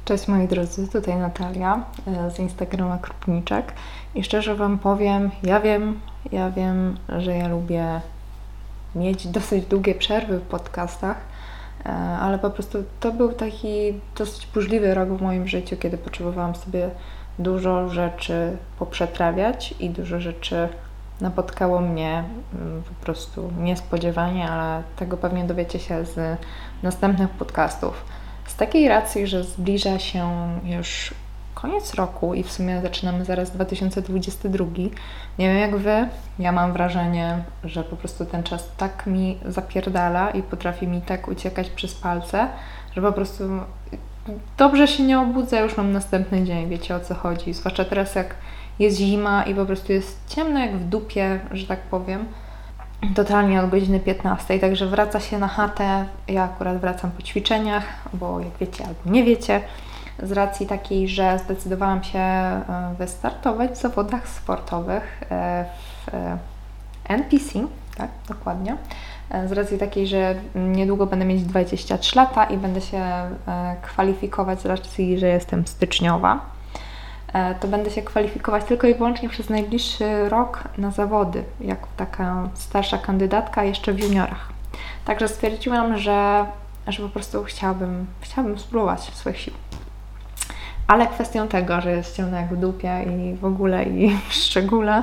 Cześć moi drodzy, tutaj Natalia z Instagrama Krupniczek i szczerze Wam powiem, ja wiem, że ja lubię mieć dosyć długie przerwy w podcastach, ale po prostu to był taki dosyć burzliwy rok w moim życiu, kiedy potrzebowałam sobie dużo rzeczy poprzetrawiać i dużo rzeczy napotkało mnie po prostu niespodziewanie, ale tego pewnie dowiecie się z następnych podcastów. Z takiej racji, że zbliża się już koniec roku i w sumie zaczynamy zaraz 2022. Nie wiem jak Wy, ja mam wrażenie, że po prostu ten czas tak mi zapierdala i potrafi mi tak uciekać przez palce, że po prostu dobrze się nie obudzę, już mam następny dzień, wiecie o co chodzi. Zwłaszcza teraz jak jest zima i po prostu jest ciemno jak w dupie, że tak powiem. Totalnie od godziny 15, także wraca się na chatę. Ja akurat wracam po ćwiczeniach, bo jak wiecie albo nie wiecie, z racji takiej, że zdecydowałam się wystartować w zawodach sportowych w NPC, tak, dokładnie. Z racji takiej, że niedługo będę mieć 23 lata i będę się kwalifikować z racji, że jestem styczniowa. To będę się kwalifikować tylko i wyłącznie przez najbliższy rok na zawody, jako taka starsza kandydatka jeszcze w juniorach. Także stwierdziłam, że po prostu chciałabym spróbować swoich sił. Ale kwestią tego, że jest ciemno jak w dupie i w ogóle i w szczególe,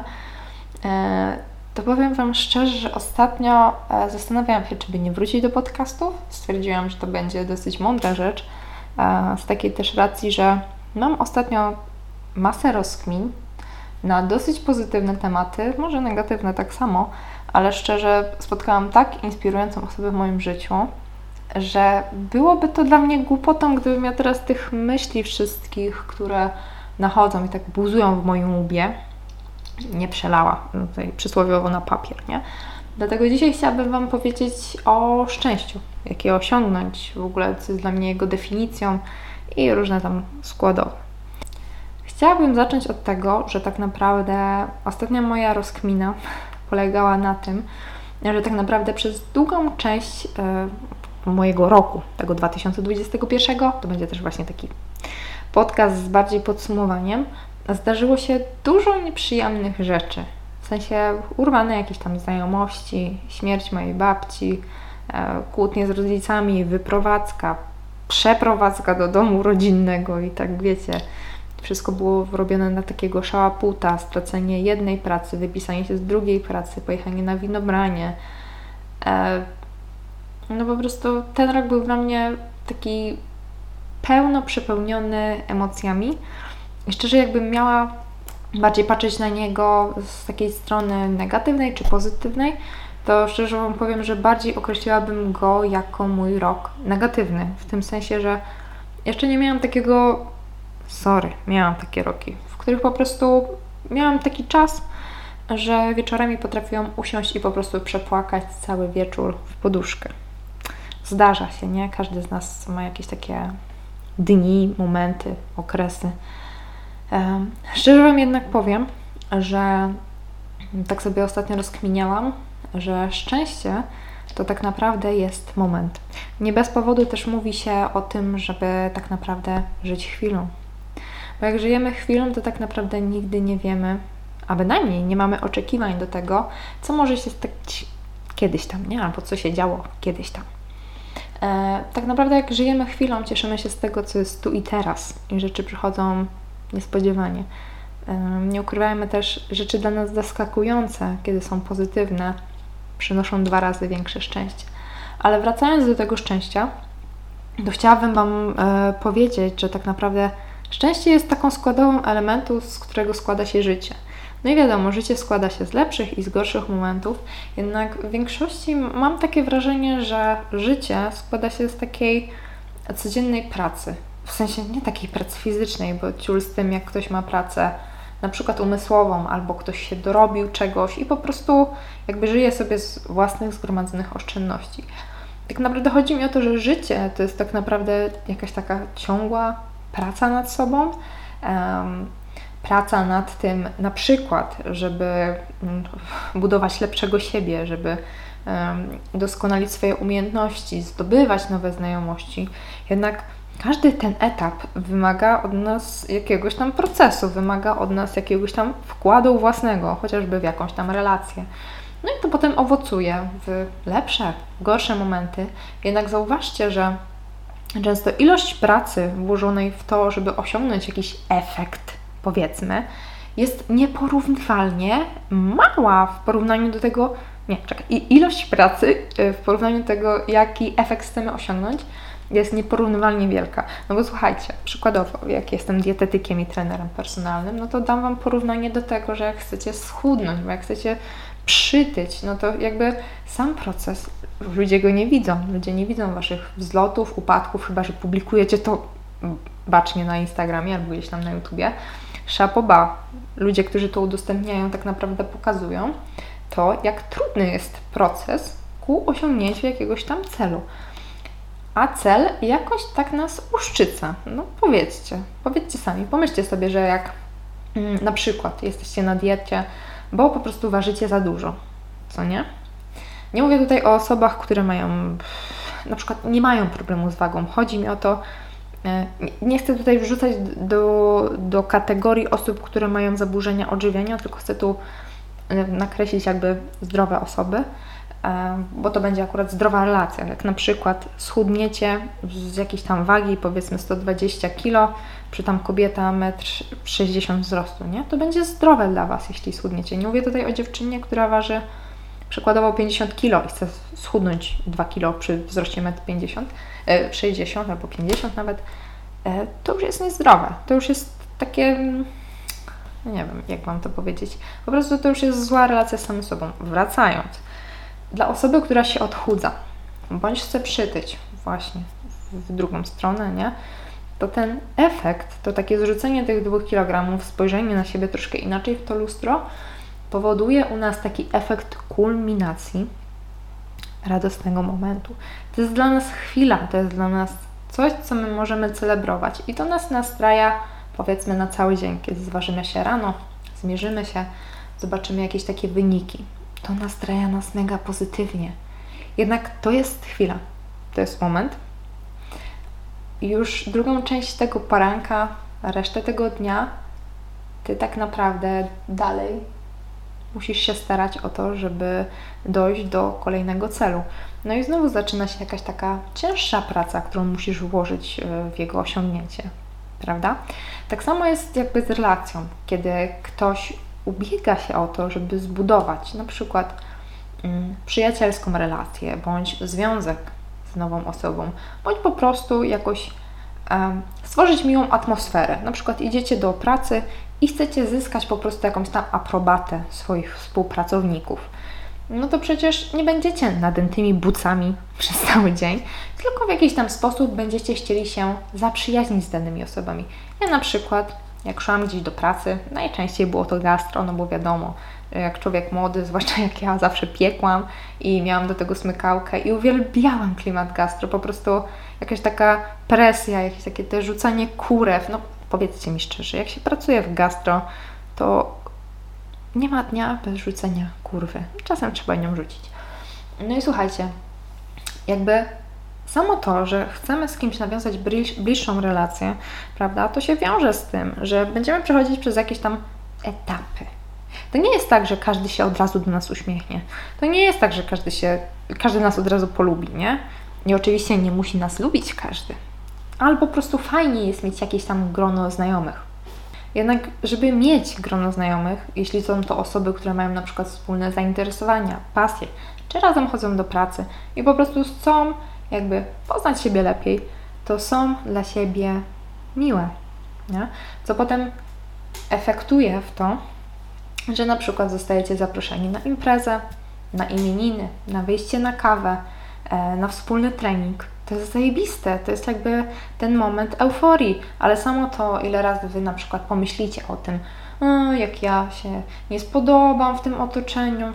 to powiem Wam szczerze, że ostatnio zastanawiałam się, czy by nie wrócić do podcastów. Stwierdziłam, że to będzie dosyć mądra rzecz, z takiej też racji, że mam ostatnio masę rozkmin na dosyć pozytywne tematy, może negatywne tak samo, ale szczerze spotkałam tak inspirującą osobę w moim życiu, że byłoby to dla mnie głupotą, gdybym ja teraz tych myśli wszystkich, które nachodzą i tak buzują w moim łbie, nie przelała tutaj przysłowiowo na papier, nie? Dlatego dzisiaj chciałabym Wam powiedzieć o szczęściu, jak je osiągnąć, w ogóle co jest dla mnie jego definicją i różne tam składowe. Chciałabym zacząć od tego, że tak naprawdę ostatnia moja rozkmina polegała na tym, że tak naprawdę przez długą część mojego roku, tego 2021, to będzie też właśnie taki podcast z bardziej podsumowaniem, zdarzyło się dużo nieprzyjemnych rzeczy. W sensie urwane jakieś tam znajomości, śmierć mojej babci, kłótnie z rodzicami, wyprowadzka, przeprowadzka do domu rodzinnego i tak wiecie, wszystko było robione na takiego szałaputa, stracenie jednej pracy, wypisanie się z drugiej pracy, pojechanie na winobranie. No po prostu ten rok był dla mnie taki pełno przepełniony emocjami. I szczerze jakbym miała bardziej patrzeć na niego z takiej strony negatywnej czy pozytywnej, to szczerze Wam powiem, że bardziej określiłabym go jako mój rok negatywny. W tym sensie, że jeszcze nie miałam takiego... miałam takie roki, w których po prostu miałam taki czas, że wieczorami potrafiłam usiąść i po prostu przepłakać cały wieczór w poduszkę. Zdarza się, nie? Każdy z nas ma jakieś takie dni, momenty, okresy. Szczerze Wam jednak powiem, że tak sobie ostatnio rozkminiałam, że szczęście to tak naprawdę jest moment. Nie bez powodu też mówi się o tym, żeby tak naprawdę żyć chwilą. Bo jak żyjemy chwilą, to tak naprawdę nigdy nie wiemy, a bynajmniej nie mamy oczekiwań do tego, co może się stać kiedyś tam, nie? Albo co się działo kiedyś tam. Tak naprawdę jak żyjemy chwilą, cieszymy się z tego, co jest tu i teraz i rzeczy przychodzą niespodziewanie. Nie ukrywajmy też, rzeczy dla nas zaskakujące, kiedy są pozytywne, przynoszą 2 razy większe szczęście. Ale wracając do tego szczęścia, to chciałabym Wam powiedzieć, że tak naprawdę szczęście jest taką składową elementu, z którego składa się życie. No i wiadomo, życie składa się z lepszych i z gorszych momentów, jednak w większości mam takie wrażenie, że życie składa się z takiej codziennej pracy. W sensie nie takiej pracy fizycznej, bo ciul z tym, jak ktoś ma pracę na przykład umysłową, albo ktoś się dorobił czegoś i po prostu jakby żyje sobie z własnych zgromadzonych oszczędności. Tak naprawdę chodzi mi o to, że życie to jest tak naprawdę jakaś taka ciągła praca nad sobą, praca nad tym na przykład, żeby budować lepszego siebie, żeby doskonalić swoje umiejętności, zdobywać nowe znajomości. Jednak każdy ten etap wymaga od nas jakiegoś tam procesu, wymaga od nas jakiegoś tam wkładu własnego, chociażby w jakąś tam relację. No i to potem owocuje w lepsze, gorsze momenty. Jednak zauważcie, że często ilość pracy włożonej w to, żeby osiągnąć jakiś efekt, powiedzmy, jest nieporównywalnie mała w porównaniu do tego, ilość pracy w porównaniu do tego, jaki efekt chcemy osiągnąć, jest nieporównywalnie wielka. No bo słuchajcie, przykładowo, jak jestem dietetykiem i trenerem personalnym, no to dam Wam porównanie do tego, że jak chcecie schudnąć, bo jak chcecie przytyć, no to jakby sam proces, ludzie go nie widzą. Ludzie nie widzą Waszych wzlotów, upadków, chyba że publikujecie to bacznie na Instagramie albo gdzieś tam na YouTubie. Chapeau bas. Ludzie, którzy to udostępniają, tak naprawdę pokazują to, jak trudny jest proces ku osiągnięciu jakiegoś tam celu. A cel jakoś tak nas uszczyca. No powiedzcie sami, pomyślcie sobie, że jak na przykład jesteście na diecie, bo po prostu ważycie za dużo, co nie? Nie mówię tutaj o osobach, które na przykład nie mają problemu z wagą. Chodzi mi o to, nie chcę tutaj wrzucać do kategorii osób, które mają zaburzenia odżywiania, tylko chcę tu nakreślić jakby zdrowe osoby, bo to będzie akurat zdrowa relacja. Jak na przykład schudniecie z jakiejś tam wagi, powiedzmy 120 kg, przy tam kobieta 1,60 m wzrostu, nie? To będzie zdrowe dla Was, jeśli schudniecie. Nie mówię tutaj o dziewczynie, która waży przykładowo 50 kg i chce schudnąć 2 kg przy wzroście 1,50 m, 60 albo 50 nawet. To już jest niezdrowe. To już jest takie, nie wiem, jak Wam to powiedzieć. Po prostu to już jest zła relacja z samym sobą. Wracając. Dla osoby, która się odchudza, bądź chce przytyć właśnie w drugą stronę, nie? To ten efekt, to takie zrzucenie tych 2 kg, spojrzenie na siebie troszkę inaczej w to lustro, powoduje u nas taki efekt kulminacji radosnego momentu. To jest dla nas chwila, to jest dla nas coś, co my możemy celebrować i to nas nastraja, powiedzmy, na cały dzień, kiedy zważymy się rano, zmierzymy się, zobaczymy jakieś takie wyniki. To nastraja nas mega pozytywnie. Jednak to jest chwila, to jest moment. I już drugą część tego poranka, resztę tego dnia, Ty tak naprawdę dalej musisz się starać o to, żeby dojść do kolejnego celu. No i znowu zaczyna się jakaś taka cięższa praca, którą musisz włożyć w jego osiągnięcie, prawda? Tak samo jest jakby z relacją, kiedy ktoś ubiega się o to, żeby zbudować na przykład przyjacielską relację, bądź związek z nową osobą, bądź po prostu jakoś stworzyć miłą atmosferę. Na przykład idziecie do pracy i chcecie zyskać po prostu jakąś tam aprobatę swoich współpracowników. No to przecież nie będziecie nadętymi bucami przez cały dzień, tylko w jakiś tam sposób będziecie chcieli się zaprzyjaźnić z danymi osobami. Ja na przykład, jak szłam gdzieś do pracy, najczęściej było to gastro, no bo wiadomo, jak człowiek młody, zwłaszcza jak ja zawsze piekłam i miałam do tego smykałkę i uwielbiałam klimat gastro, po prostu jakaś taka presja, jakieś takie te rzucanie kurew, no powiedzcie mi szczerze, jak się pracuje w gastro, to nie ma dnia bez rzucenia kurwy. Czasem trzeba nią rzucić. No i słuchajcie, jakby samo to, że chcemy z kimś nawiązać bliższą relację, prawda, to się wiąże z tym, że będziemy przechodzić przez jakieś tam etapy. To nie jest tak, że każdy się od razu do nas uśmiechnie. To nie jest tak, że każdy nas od razu polubi, nie? I oczywiście nie musi nas lubić każdy. Ale po prostu fajnie jest mieć jakieś tam grono znajomych. Jednak, żeby mieć grono znajomych, jeśli są to osoby, które mają na przykład wspólne zainteresowania, pasje, czy razem chodzą do pracy i po prostu chcą jakby poznać siebie lepiej, to są dla siebie miłe, nie? Co potem efektuje w to, że na przykład zostajecie zaproszeni na imprezę, na imieniny, na wyjście na kawę, na wspólny trening. To jest zajebiste, to jest jakby ten moment euforii, ale samo to, ile razy Wy na przykład pomyślicie o tym, jak ja się nie spodobam w tym otoczeniu,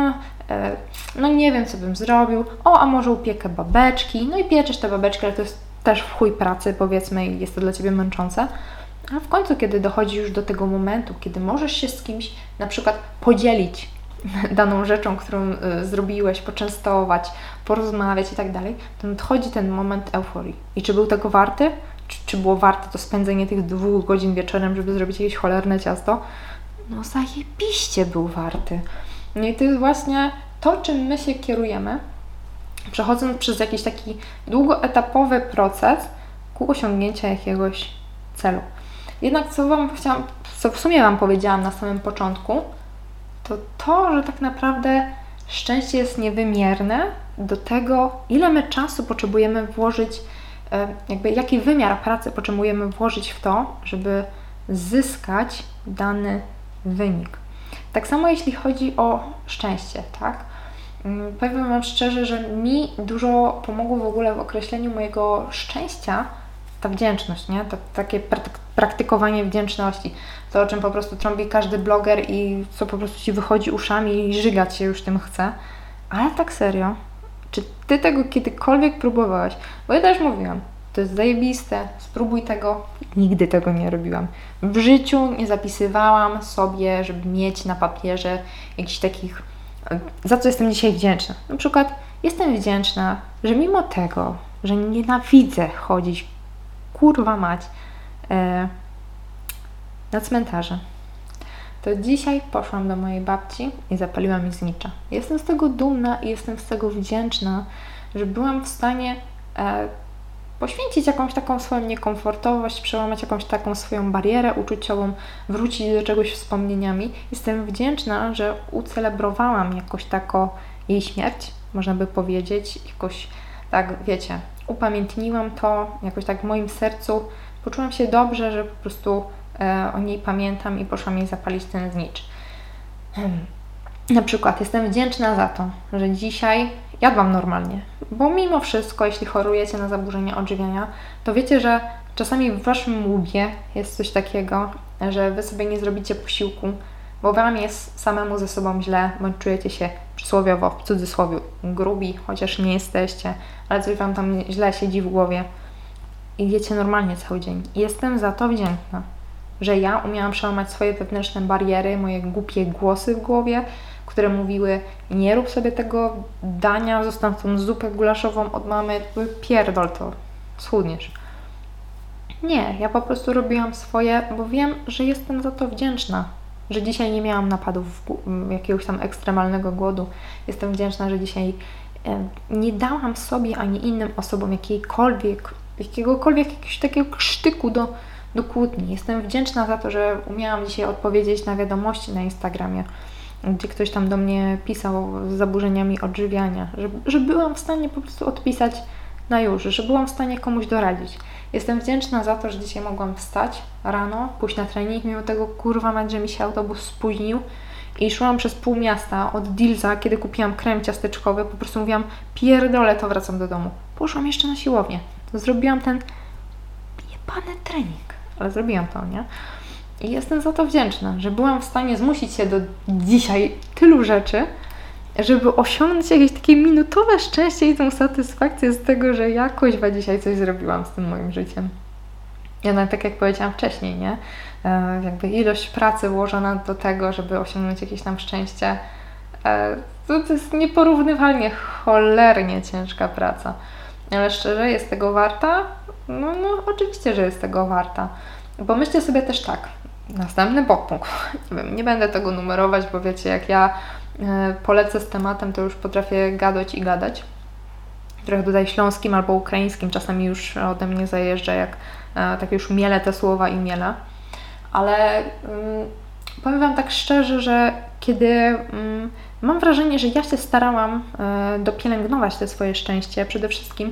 no nie wiem, co bym zrobił, a może upiekę babeczki, no i pieczesz te babeczki, ale to jest też w chuj pracy, powiedzmy, i jest to dla Ciebie męczące. A w końcu, kiedy dochodzi już do tego momentu, kiedy możesz się z kimś na przykład podzielić daną rzeczą, którą zrobiłeś, poczęstować, porozmawiać i tak dalej, to nadchodzi ten moment euforii. I czy był tego warty? czy było warte to spędzenie tych 2 godzin wieczorem, żeby zrobić jakieś cholerne ciasto? No zajebiście był warty. No i to jest właśnie to, czym my się kierujemy, przechodząc przez jakiś taki długoetapowy proces ku osiągnięcia jakiegoś celu. Jednak co w sumie Wam powiedziałam na samym początku, to, że tak naprawdę szczęście jest niewymierne do tego, ile my czasu potrzebujemy włożyć, jaki wymiar pracy potrzebujemy włożyć w to, żeby zyskać dany wynik. Tak samo jeśli chodzi o szczęście, tak? Powiem Wam szczerze, że mi dużo pomogło w ogóle w określeniu mojego szczęścia ta wdzięczność, nie? Takie praktykowanie wdzięczności. To, o czym po prostu trąbi każdy bloger i co po prostu Ci wychodzi uszami i żygać się już tym chce. Ale tak serio, czy Ty tego kiedykolwiek próbowałeś? Bo ja też mówiłam, to jest zajebiste, spróbuj tego. Nigdy tego nie robiłam. W życiu nie zapisywałam sobie, żeby mieć na papierze jakichś takich, za co jestem dzisiaj wdzięczna. Na przykład jestem wdzięczna, że mimo tego, że nienawidzę chodzić, kurwa mać, na cmentarze, to dzisiaj poszłam do mojej babci i zapaliłam jej znicza. Jestem z tego dumna i jestem z tego wdzięczna, że byłam w stanie poświęcić jakąś taką swoją niekomfortowość, przełamać jakąś taką swoją barierę uczuciową, wrócić do czegoś wspomnieniami. Jestem wdzięczna, że ucelebrowałam jakoś tako jej śmierć, można by powiedzieć, jakoś tak, wiecie, upamiętniłam to, jakoś tak w moim sercu poczułam się dobrze, że po prostu o niej pamiętam i poszłam jej zapalić ten znicz. Na przykład jestem wdzięczna za to, że dzisiaj jadłam normalnie, bo mimo wszystko, jeśli chorujecie na zaburzenia odżywiania, to wiecie, że czasami w Waszym łbie jest coś takiego, że Wy sobie nie zrobicie posiłku, bo Wam jest samemu ze sobą źle, bądź czujecie się przysłowiowo, w cudzysłowie, grubi, chociaż nie jesteście, ale coś Wam tam źle siedzi w głowie i jecie normalnie cały dzień. I jestem za to wdzięczna, że ja umiałam przełamać swoje wewnętrzne bariery, moje głupie głosy w głowie, które mówiły, nie rób sobie tego dania, zostaw tą zupę gulaszową od mamy, pierdol to, schudniesz. Nie, ja po prostu robiłam swoje, bo wiem, że jestem za to wdzięczna, że dzisiaj nie miałam napadów jakiegoś tam ekstremalnego głodu. Jestem wdzięczna, że dzisiaj nie dałam sobie ani innym osobom jakiegoś takiego sztyku do kłótni. Jestem wdzięczna za to, że umiałam dzisiaj odpowiedzieć na wiadomości na Instagramie, gdzie ktoś tam do mnie pisał z zaburzeniami odżywiania, że byłam w stanie po prostu odpisać na już, że byłam w stanie komuś doradzić. Jestem wdzięczna za to, że dzisiaj mogłam wstać rano, pójść na trening, mimo tego kurwa mać, że mi się autobus spóźnił i szłam przez pół miasta od Dealsa, kiedy kupiłam krem ciasteczkowy, po prostu mówiłam, pierdolę, to wracam do domu. Poszłam jeszcze na siłownię, zrobiłam ten jebany trening, ale zrobiłam to, nie? I jestem za to wdzięczna, że byłam w stanie zmusić się do dzisiaj tylu rzeczy, żeby osiągnąć jakieś takie minutowe szczęście i tą satysfakcję z tego, że ja kuźwa dzisiaj coś zrobiłam z tym moim życiem. Jednak tak jak powiedziałam wcześniej, nie? Jakby ilość pracy włożona do tego, żeby osiągnąć jakieś tam szczęście, to jest nieporównywalnie cholernie ciężka praca. Ale szczerze, jest tego warta? No oczywiście, że jest tego warta. Pomyślcie sobie też tak, następny podpunkt, nie będę tego numerować, bo wiecie, jak ja polecę z tematem, to już potrafię gadać i gadać. Trochę tutaj śląskim albo ukraińskim czasami już ode mnie zajeżdża, jak tak już mielę te słowa i mielę. Ale powiem Wam tak szczerze, że kiedy mam wrażenie, że ja się starałam dopielęgnować te swoje szczęście, przede wszystkim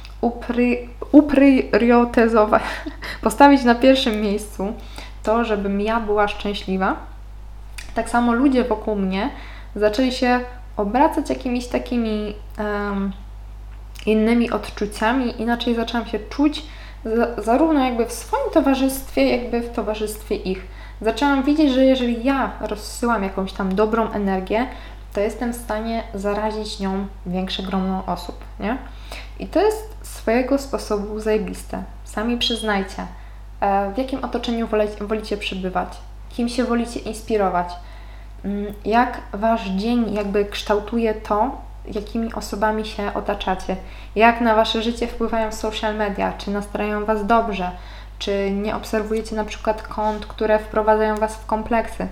upriorytetyzować, postawić na pierwszym miejscu to, żebym ja była szczęśliwa, tak samo ludzie wokół mnie zaczęli się obracać jakimiś takimi innymi odczuciami, inaczej zaczęłam się czuć zarówno jakby w swoim towarzystwie, jakby w towarzystwie ich. Zaczęłam widzieć, że jeżeli ja rozsyłam jakąś tam dobrą energię, to jestem w stanie zarazić nią większe grono osób, nie? I to jest swojego sposobu zajebiste. Sami przyznajcie, w jakim otoczeniu wolicie przebywać, kim się wolicie inspirować, jak Wasz dzień jakby kształtuje to, jakimi osobami się otaczacie, jak na wasze życie wpływają social media, czy nastrajają was dobrze, czy nie obserwujecie na przykład kont, które wprowadzają was w kompleksy.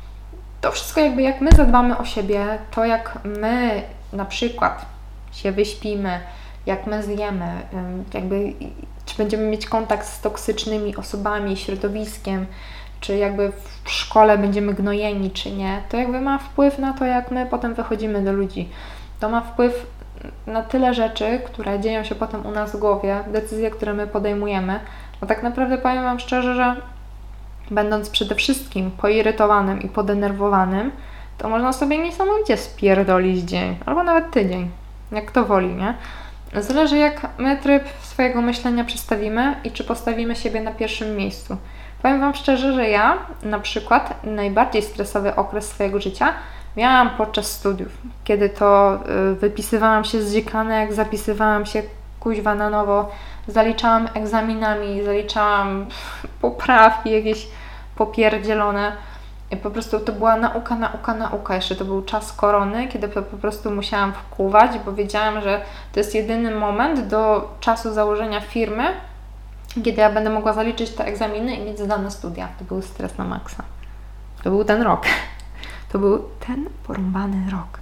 To wszystko jakby jak my zadbamy o siebie, to jak my na przykład się wyśpimy, jak my zjemy, jakby czy będziemy mieć kontakt z toksycznymi osobami, środowiskiem, czy jakby w szkole będziemy gnojeni, czy nie, to jakby ma wpływ na to, jak my potem wychodzimy do ludzi. To ma wpływ na tyle rzeczy, które dzieją się potem u nas w głowie, decyzje, które my podejmujemy, bo tak naprawdę powiem Wam szczerze, że będąc przede wszystkim poirytowanym i podenerwowanym, to można sobie niesamowicie spierdolić dzień, albo nawet tydzień, jak kto woli, nie? Zależy jak my tryb swojego myślenia przestawimy i czy postawimy siebie na pierwszym miejscu. Powiem Wam szczerze, że ja na przykład najbardziej stresowy okres swojego życia miałam podczas studiów, kiedy to wypisywałam się z dziekanek, zapisywałam się kuźwa na nowo, zaliczałam egzaminami, zaliczałam poprawki jakieś popierdzielone. I po prostu to była nauka. Jeszcze to był czas korony, kiedy po prostu musiałam wkuwać, bo wiedziałam, że to jest jedyny moment do czasu założenia firmy, kiedy ja będę mogła zaliczyć te egzaminy i mieć zdane studia. To był stres na maksa. To był ten rok. To był ten porąbany rok.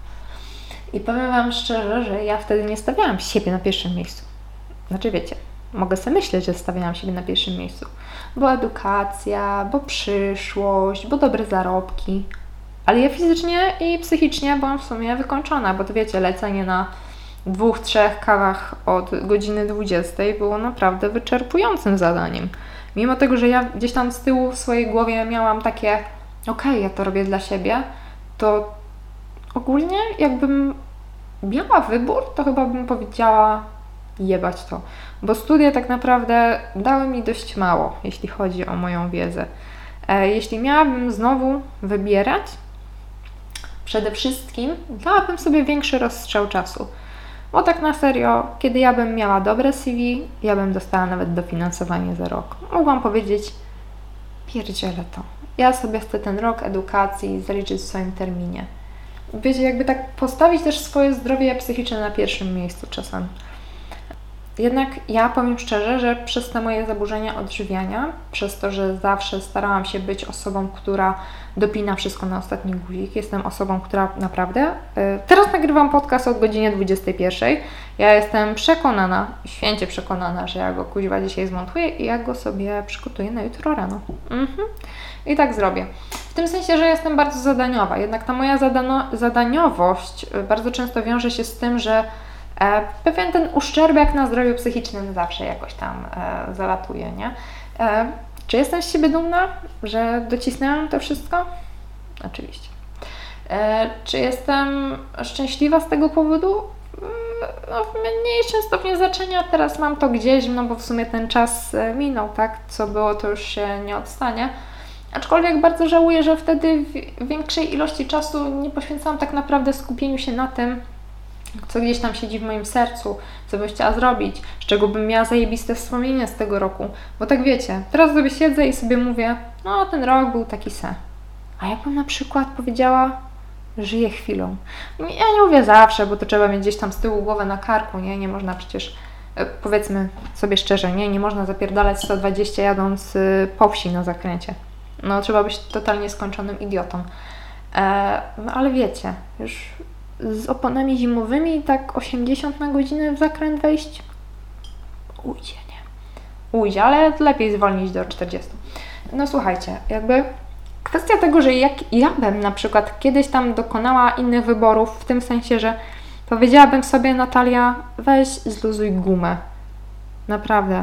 I powiem Wam szczerze, że ja wtedy nie stawiałam siebie na pierwszym miejscu. Znaczy wiecie, mogę sobie myśleć, że stawiałam siebie na pierwszym miejscu. Bo edukacja, bo przyszłość, bo dobre zarobki. Ale ja fizycznie i psychicznie byłam w sumie wykończona, bo to wiecie, lecenie na 2-3 kawach od godziny 20 było naprawdę wyczerpującym zadaniem. Mimo tego, że ja gdzieś tam z tyłu w swojej głowie miałam takie okej, ja to robię dla siebie, to ogólnie jakbym miała wybór, to chyba bym powiedziała jebać to. Bo studia tak naprawdę dały mi dość mało, jeśli chodzi o moją wiedzę. Jeśli miałabym znowu wybierać, przede wszystkim dałabym sobie większy rozstrzał czasu. Bo tak na serio, kiedy ja bym miała dobre CV, ja bym dostała nawet dofinansowanie za rok. Mogłam powiedzieć, pierdzielę to. Ja sobie chcę ten rok edukacji zaliczyć w swoim terminie. Wiecie, jakby tak postawić też swoje zdrowie psychiczne na pierwszym miejscu czasem. Jednak ja powiem szczerze, że przez te moje zaburzenia odżywiania, przez to, że zawsze starałam się być osobą, która dopina wszystko na ostatni guzik, jestem osobą, która naprawdę... Teraz nagrywam podcast o godzinie 21. Ja jestem przekonana, święcie przekonana, że ja go kuźwa dzisiaj zmontuję i ja go sobie przygotuję na jutro rano. I tak zrobię. W tym sensie, że jestem bardzo zadaniowa. Jednak ta moja zadaniowość bardzo często wiąże się z tym, że pewien ten uszczerbek na zdrowiu psychicznym zawsze jakoś tam zalatuje, nie? Czy jestem z siebie dumna, że docisnęłam to wszystko? Oczywiście. Czy jestem szczęśliwa z tego powodu? No, w mniejszym stopniu znaczenia. Teraz mam to gdzieś, no bo w sumie ten czas minął, tak? Co było, to już się nie odstanie. Aczkolwiek bardzo żałuję, że wtedy w większej ilości czasu nie poświęcałam tak naprawdę skupieniu się na tym, co gdzieś tam siedzi w moim sercu, co bym chciała zrobić, z czego bym miała zajebiste wspomnienia z tego roku. Bo tak wiecie, teraz sobie siedzę i sobie mówię, no ten rok był taki se. A jakbym na przykład powiedziała, żyję chwilą. Ja nie mówię zawsze, bo to trzeba mieć gdzieś tam z tyłu głowę na karku, nie? Nie można przecież, powiedzmy sobie szczerze, nie można zapierdalać 120 jadąc po wsi na zakręcie. No trzeba być totalnie skończonym idiotą. No ale wiecie, już z oponami zimowymi tak 80 na godzinę w zakręt wejść ujdzie, nie? Ujdzie, ale lepiej zwolnić do 40. No słuchajcie, jakby kwestia tego, że jak ja bym na przykład kiedyś tam dokonała innych wyborów, w tym sensie, że powiedziałabym sobie, Natalia, weź zluzuj gumę. Naprawdę.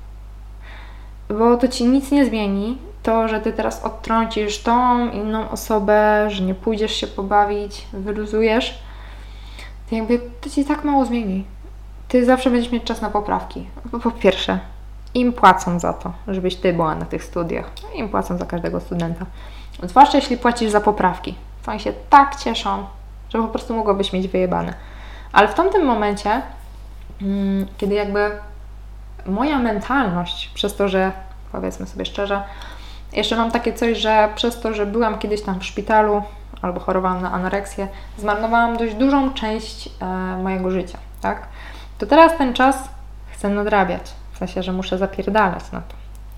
Bo to Ci nic nie zmieni. To, że Ty teraz odtrącisz tą inną osobę, że nie pójdziesz się pobawić, wyluzujesz, to jakby to Ci tak mało zmieni. Ty zawsze będziesz mieć czas na poprawki. Po pierwsze, im płacą za to, żebyś Ty była na tych studiach. Im płacą za każdego studenta. Zwłaszcza jeśli płacisz za poprawki. To oni się tak cieszą, że po prostu mogłobyś mieć wyjebane. Ale w tamtym momencie, kiedy jakby moja mentalność, przez to, że powiedzmy sobie szczerze, jeszcze mam takie coś, że przez to, że byłam kiedyś tam w szpitalu, albo chorowałam na anoreksję, zmarnowałam dość dużą część mojego życia, tak? To teraz ten czas chcę nadrabiać, w sensie, że muszę zapierdalać na to.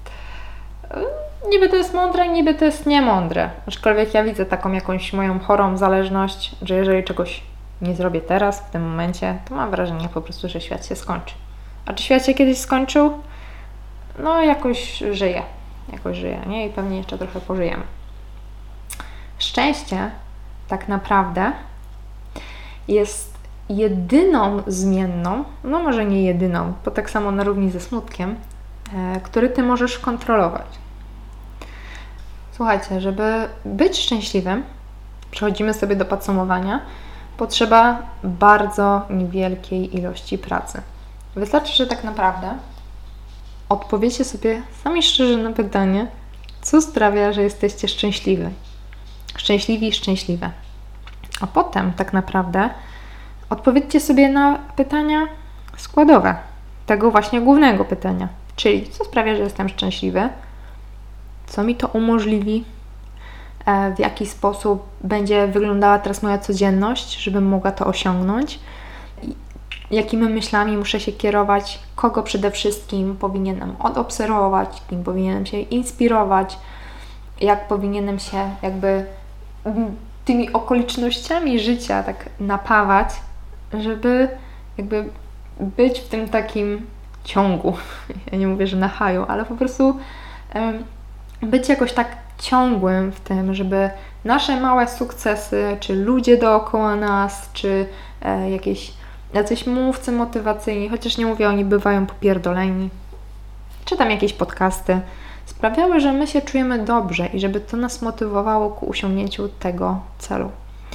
Niby to jest mądre, niby to jest niemądre. Aczkolwiek ja widzę taką jakąś moją chorą zależność, że jeżeli czegoś nie zrobię teraz, w tym momencie, to mam wrażenie po prostu, że świat się skończy. A czy świat się kiedyś skończył? No jakoś żyje, nie? I pewnie jeszcze trochę pożyjemy. Szczęście tak naprawdę jest jedyną zmienną, no może nie jedyną, bo tak samo na równi ze smutkiem, który Ty możesz kontrolować. Słuchajcie, żeby być szczęśliwym, przechodzimy sobie do podsumowania, potrzeba bardzo niewielkiej ilości pracy. Wystarczy, że tak naprawdę odpowiecie sobie sami szczerze na pytanie, co sprawia, że jesteście szczęśliwi, szczęśliwe. A potem tak naprawdę odpowiedzcie sobie na pytania składowe tego właśnie głównego pytania, czyli co sprawia, że jestem szczęśliwy, co mi to umożliwi, w jaki sposób będzie wyglądała teraz moja codzienność, żebym mogła to osiągnąć, jakimi myślami muszę się kierować, kogo przede wszystkim powinienem odobserwować, kim powinienem się inspirować, jak powinienem się jakby tymi okolicznościami życia tak napawać, żeby jakby być w tym takim ciągu. Ja nie mówię, że na haju, ale po prostu być jakoś tak ciągłym w tym, żeby nasze małe sukcesy, czy ludzie dookoła nas, czy jacyś mówcy motywacyjni, chociaż nie mówię, oni bywają popierdoleni, czy tam jakieś podcasty, sprawiały, że my się czujemy dobrze i żeby to nas motywowało ku osiągnięciu tego celu.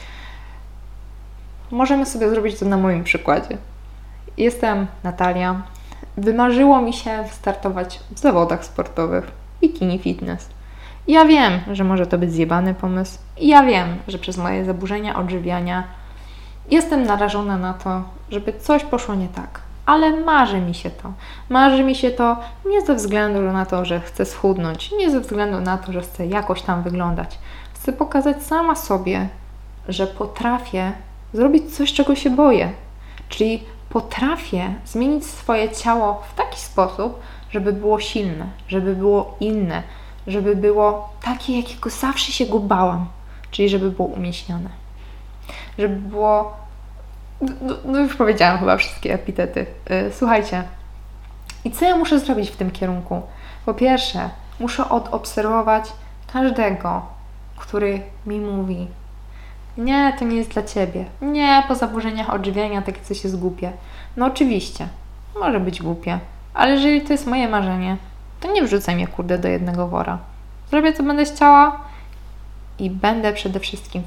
Możemy sobie zrobić to na moim przykładzie. Jestem Natalia. Wymarzyło mi się wystartować w zawodach sportowych bikini fitness. Ja wiem, że może to być zjebany pomysł. Ja wiem, że przez moje zaburzenia odżywiania jestem narażona na to, żeby coś poszło nie tak. Ale marzy mi się to. Marzy mi się to nie ze względu na to, że chcę schudnąć, nie ze względu na to, że chcę jakoś tam wyglądać. Chcę pokazać sama sobie, że potrafię zrobić coś, czego się boję. Czyli potrafię zmienić swoje ciało w taki sposób, żeby było silne, żeby było inne, żeby było takie, jakiego zawsze się go bałam. Czyli żeby było umieśnione. Żeby było... No już powiedziałam chyba wszystkie epitety. Słuchajcie, i co ja muszę zrobić w tym kierunku? Po pierwsze, muszę odobserwować każdego, który mi mówi: nie, to nie jest dla Ciebie. Nie, po zaburzeniach odżywiania takie coś jest głupie. No oczywiście, może być głupie, ale jeżeli to jest moje marzenie, to nie wrzucaj mnie do jednego wora. Zrobię co będę chciała i będę przede wszystkim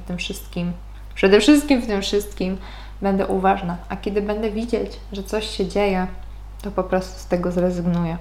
w tym wszystkim będę uważna. A kiedy będę widzieć, że coś się dzieje, to po prostu z tego zrezygnuję.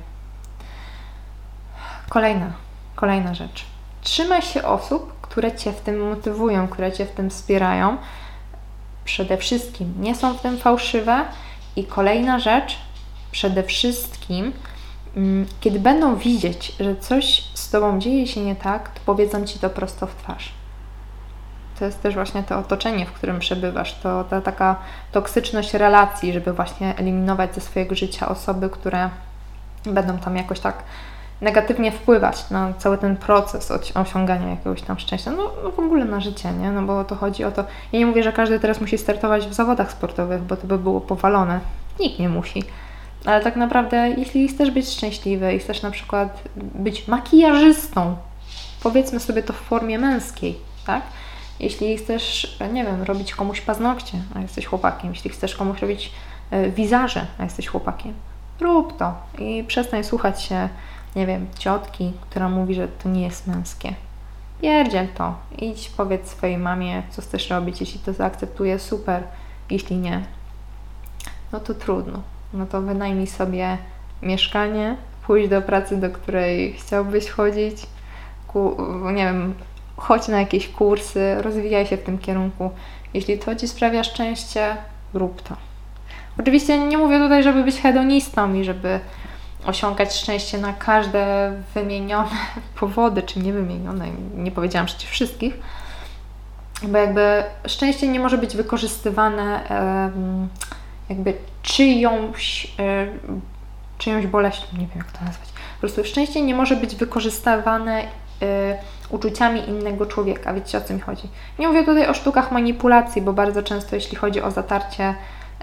Kolejna rzecz. Trzymaj się osób, które Cię w tym motywują, które Cię w tym wspierają. Przede wszystkim nie są w tym fałszywe. I kolejna rzecz, przede wszystkim, kiedy będą widzieć, że coś z Tobą dzieje się nie tak, to powiedzą Ci to prosto w twarz. To jest też właśnie to otoczenie, w którym przebywasz, to ta taka toksyczność relacji, żeby właśnie eliminować ze swojego życia osoby, które będą tam jakoś tak negatywnie wpływać na cały ten proces osiągania jakiegoś tam szczęścia. No w ogóle na życie, nie? No bo o to chodzi o to. Ja nie mówię, że każdy teraz musi startować w zawodach sportowych, bo to by było powalone. Nikt nie musi. Ale tak naprawdę, jeśli chcesz być szczęśliwy i chcesz na przykład być makijażystą, powiedzmy sobie to w formie męskiej, tak? Jeśli chcesz, nie wiem, robić komuś paznokcie, a jesteś chłopakiem, jeśli chcesz komuś robić wizaże, a jesteś chłopakiem, rób to i przestań słuchać się, nie wiem, ciotki, która mówi, że to nie jest męskie. Pierdziel to. Idź, powiedz swojej mamie, co chcesz robić. Jeśli to zaakceptuje, super. Jeśli nie, no to trudno. No to wynajmij sobie mieszkanie, pójdź do pracy, do której chciałbyś chodzić, nie wiem, chodź na jakieś kursy, rozwijaj się w tym kierunku. Jeśli to Ci sprawia szczęście, rób to. Oczywiście nie mówię tutaj, żeby być hedonistą i żeby osiągać szczęście na każde wymienione powody, czy niewymienione, nie powiedziałam przecież wszystkich, bo jakby szczęście nie może być wykorzystywane jakby czyjąś boleścią, nie wiem jak to nazwać. Po prostu szczęście nie może być wykorzystywane uczuciami innego człowieka. Wiecie, o co mi chodzi? Nie mówię tutaj o sztukach manipulacji, bo bardzo często jeśli chodzi o zatarcie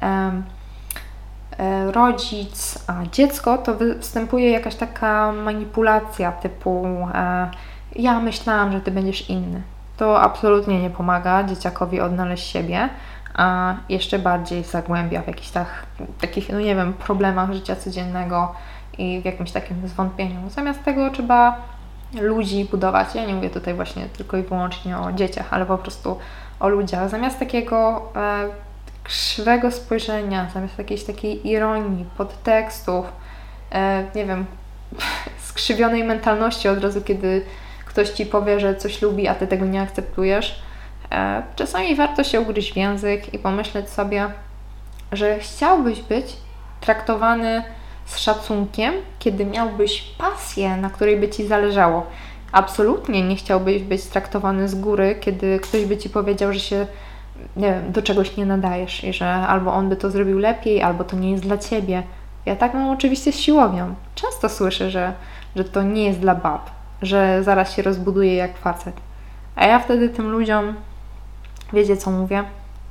rodzic a dziecko, to występuje jakaś taka manipulacja typu ja myślałam, że Ty będziesz inny. To absolutnie nie pomaga dzieciakowi odnaleźć siebie, a jeszcze bardziej zagłębia w jakichś takich, no nie wiem, problemach życia codziennego i w jakimś takim zwątpieniu. Zamiast tego trzeba ludzi budować. Ja nie mówię tutaj właśnie tylko i wyłącznie o dzieciach, ale po prostu o ludziach. Zamiast takiego krzywego spojrzenia, zamiast jakiejś takiej ironii, podtekstów, nie wiem, skrzywionej mentalności od razu, kiedy ktoś Ci powie, że coś lubi, a Ty tego nie akceptujesz, czasami warto się ugryźć w język i pomyśleć sobie, że chciałbyś być traktowany z szacunkiem, kiedy miałbyś pasję, na której by Ci zależało. Absolutnie nie chciałbyś być traktowany z góry, kiedy ktoś by Ci powiedział, że się, nie wiem, do czegoś nie nadajesz i że albo on by to zrobił lepiej, albo to nie jest dla Ciebie. Ja tak mam oczywiście z siłownią. Często słyszę, że to nie jest dla bab, że zaraz się rozbuduje jak facet. A ja wtedy tym ludziom, wiecie co mówię?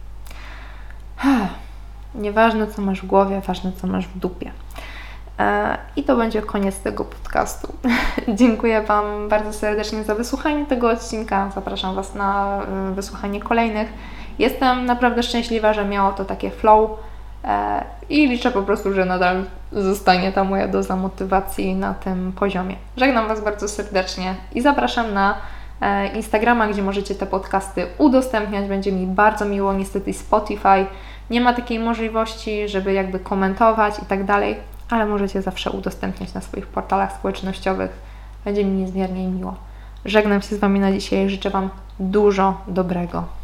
Nieważne co masz w głowie, ważne co masz w dupie. I to będzie koniec tego podcastu. Dziękuję Wam bardzo serdecznie za wysłuchanie tego odcinka. Zapraszam Was na wysłuchanie kolejnych. Jestem naprawdę szczęśliwa, że miało to takie flow i liczę po prostu, że nadal zostanie ta moja doza motywacji na tym poziomie. Żegnam Was bardzo serdecznie i zapraszam na Instagrama, gdzie możecie te podcasty udostępniać. Będzie mi bardzo miło. Niestety Spotify nie ma takiej możliwości, żeby jakby komentować i tak dalej, ale możecie zawsze udostępniać na swoich portalach społecznościowych. Będzie mi niezmiernie miło. Żegnam się z Wami na dzisiaj i życzę Wam dużo dobrego.